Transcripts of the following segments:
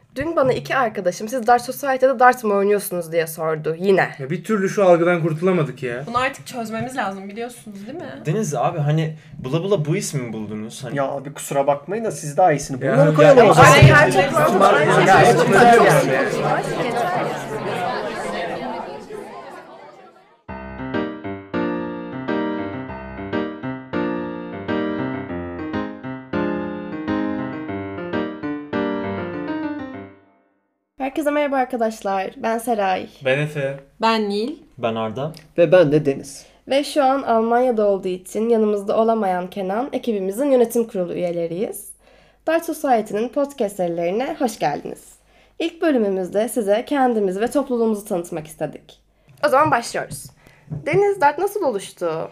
Dün bana iki arkadaşım siz Dart Society'de Dart mı oynuyorsunuz diye sordu yine. Ya bir türlü şu algıdan kurtulamadık ya. Bunu artık çözmemiz lazım biliyorsunuz değil mi? Deniz abi hani bula bula bu ismi mi buldunuz? Hani... Ya abi kusura bakmayın da siz daha iyisini Ya, bulun koyalım ya, o zaman. Aynen her toplantı aynı şey Ya, söylüyor. ya. Herkese merhaba arkadaşlar. Ben Seray. Ben Efe. Ben Nil. Ben Arda. Ve ben de Deniz. Ve şu an Almanya'da olduğu için yanımızda olamayan Kenan, ekibimizin yönetim kurulu üyeleriyiz. Dart Society'nin podcast serilerine hoş geldiniz. İlk bölümümüzde size kendimizi ve topluluğumuzu tanıtmak istedik. O zaman başlıyoruz. Deniz, Dart nasıl oluştu?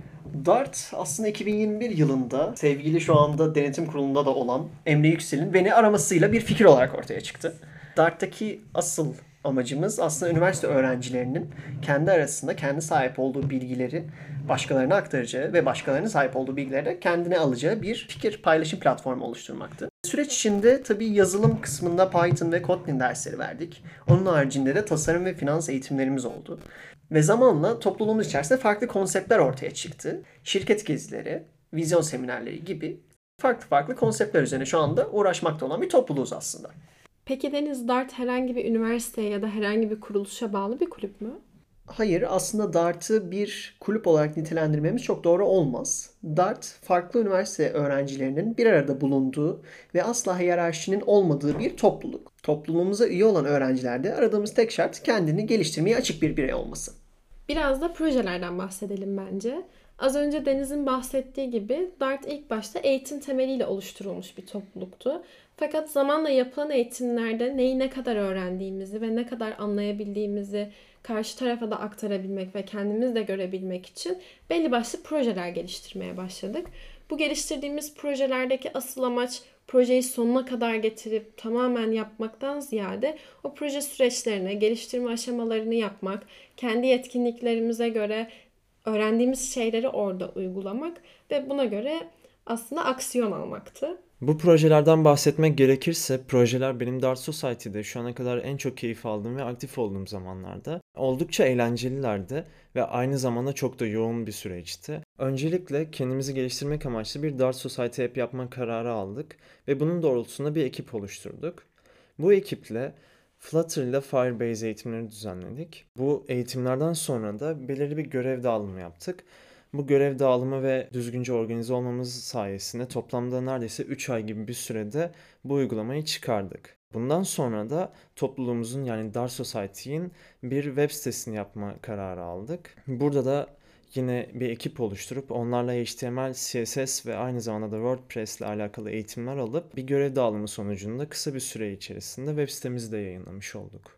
Dart aslında 2021 yılında sevgili şu anda denetim kurulunda da olan Emre Yüksel'in beni aramasıyla bir fikir olarak ortaya çıktı. Dart'taki asıl amacımız aslında üniversite öğrencilerinin kendi arasında kendi sahip olduğu bilgileri başkalarına aktaracağı ve başkalarının sahip olduğu bilgileri de kendine alacağı bir fikir paylaşım platformu oluşturmaktı. Süreç içinde tabii yazılım kısmında Python ve Kotlin dersleri verdik. Onun haricinde de tasarım ve finans eğitimlerimiz oldu. Ve zamanla topluluğumuz içerisinde farklı konseptler ortaya çıktı. Şirket gezileri, vizyon seminerleri gibi farklı konseptler üzerine şu anda uğraşmakta olan bir topluluğuz aslında. Peki Deniz, Dart herhangi bir üniversiteye ya da herhangi bir kuruluşa bağlı bir kulüp mü? Hayır, aslında Dart'ı bir kulüp olarak nitelendirmemiz çok doğru olmaz. Dart, farklı üniversite öğrencilerinin bir arada bulunduğu ve asla hiyerarşinin olmadığı bir topluluk. Topluluğumuza üye olan öğrencilerde aradığımız tek şart kendini geliştirmeye açık bir birey olması. Biraz da projelerden bahsedelim bence. Az önce Deniz'in bahsettiği gibi Dart ilk başta eğitim temeliyle oluşturulmuş bir topluluktu. Fakat zamanla yapılan eğitimlerde neyi ne kadar öğrendiğimizi ve ne kadar anlayabildiğimizi karşı tarafa da aktarabilmek ve kendimiz de görebilmek için belli başlı projeler geliştirmeye başladık. Bu geliştirdiğimiz projelerdeki asıl amaç projeyi sonuna kadar getirip tamamen yapmaktan ziyade o proje süreçlerini, geliştirme aşamalarını yapmak, kendi yetkinliklerimize göre öğrendiğimiz şeyleri orada uygulamak ve buna göre aslında aksiyon almaktı. Bu projelerden bahsetmek gerekirse projeler benim Dart Society'de şu ana kadar en çok keyif aldığım ve aktif olduğum zamanlarda. Oldukça eğlencelilerdi ve aynı zamanda çok da yoğun bir süreçti. Öncelikle kendimizi geliştirmek amaçlı bir Dart Society app yapma kararı aldık ve bunun doğrultusunda bir ekip oluşturduk. Bu ekiple Flutter ile Firebase eğitimleri düzenledik. Bu eğitimlerden sonra da belirli bir görev dağılımı yaptık. Bu görev dağılımı ve düzgünce organize olmamız sayesinde toplamda neredeyse 3 ay gibi bir sürede bu uygulamayı çıkardık. Bundan sonra da topluluğumuzun yani Dart Society'nin bir web sitesini yapma kararı aldık. Burada da yine bir ekip oluşturup onlarla HTML, CSS ve aynı zamanda da WordPress ile alakalı eğitimler alıp bir görev dağılımı sonucunda kısa bir süre içerisinde web sitemizi de yayınlamış olduk.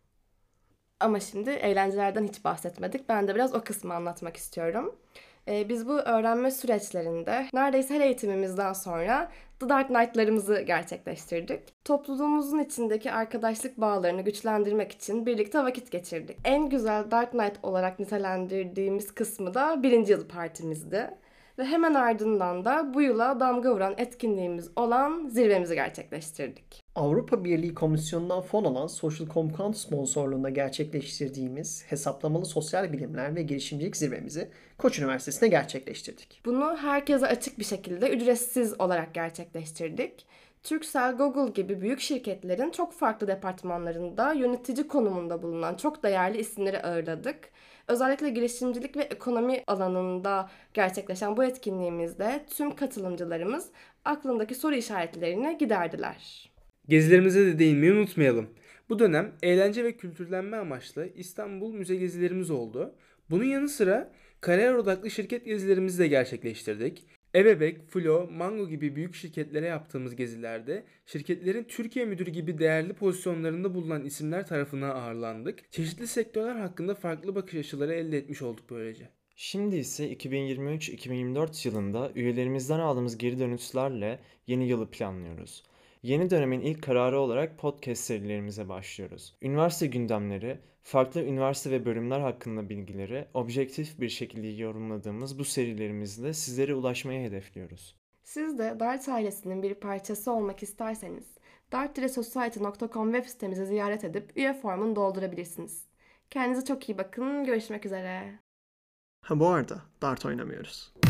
Ama şimdi eğlencelerden hiç bahsetmedik. Ben de biraz o kısmı anlatmak istiyorum. Biz bu öğrenme süreçlerinde neredeyse her eğitimimizden sonra The Dart Night'larımızı gerçekleştirdik. Topluluğumuzun içindeki arkadaşlık bağlarını güçlendirmek için birlikte vakit geçirdik. En güzel Dart Night olarak nitelendirdiğimiz kısmı da 1. yıl partimizdi. Ve hemen ardından da bu yıla damga vuran etkinliğimiz olan zirvemizi gerçekleştirdik. Avrupa Birliği Komisyonu'ndan fon alan Social Compound sponsorluğunda gerçekleştirdiğimiz hesaplamalı sosyal bilimler ve girişimcilik zirvemizi Koç Üniversitesi'nde gerçekleştirdik. Bunu herkese açık bir şekilde ücretsiz olarak gerçekleştirdik. Turkcell, Google gibi büyük şirketlerin çok farklı departmanlarında yönetici konumunda bulunan çok değerli isimleri ağırladık. Özellikle girişimcilik ve ekonomi alanında gerçekleşen bu etkinliğimizde tüm katılımcılarımız aklındaki soru işaretlerini giderdiler. Gezilerimize de değinmeyi unutmayalım. Bu dönem eğlence ve kültürlenme amaçlı İstanbul müze gezilerimiz oldu. Bunun yanı sıra kariyer odaklı şirket gezilerimizi de gerçekleştirdik. Ebebek, Flo, Mango gibi büyük şirketlere yaptığımız gezilerde şirketlerin Türkiye müdürü gibi değerli pozisyonlarında bulunan isimler tarafından ağırlandık. Çeşitli sektörler hakkında farklı bakış açıları elde etmiş olduk böylece. Şimdi ise 2023-2024 yılında üyelerimizden aldığımız geri dönüşlerle yeni yılı planlıyoruz. Yeni dönemin ilk kararı olarak podcast serilerimize başlıyoruz. Üniversite gündemleri, farklı üniversite ve bölümler hakkında bilgileri objektif bir şekilde yorumladığımız bu serilerimizle sizlere ulaşmayı hedefliyoruz. Siz de Dart ailesinin bir parçası olmak isterseniz dart-society.com web sitemizi ziyaret edip üye formunu doldurabilirsiniz. Kendinize çok iyi bakın. Görüşmek üzere. Ha bu arada Dart oynamıyoruz.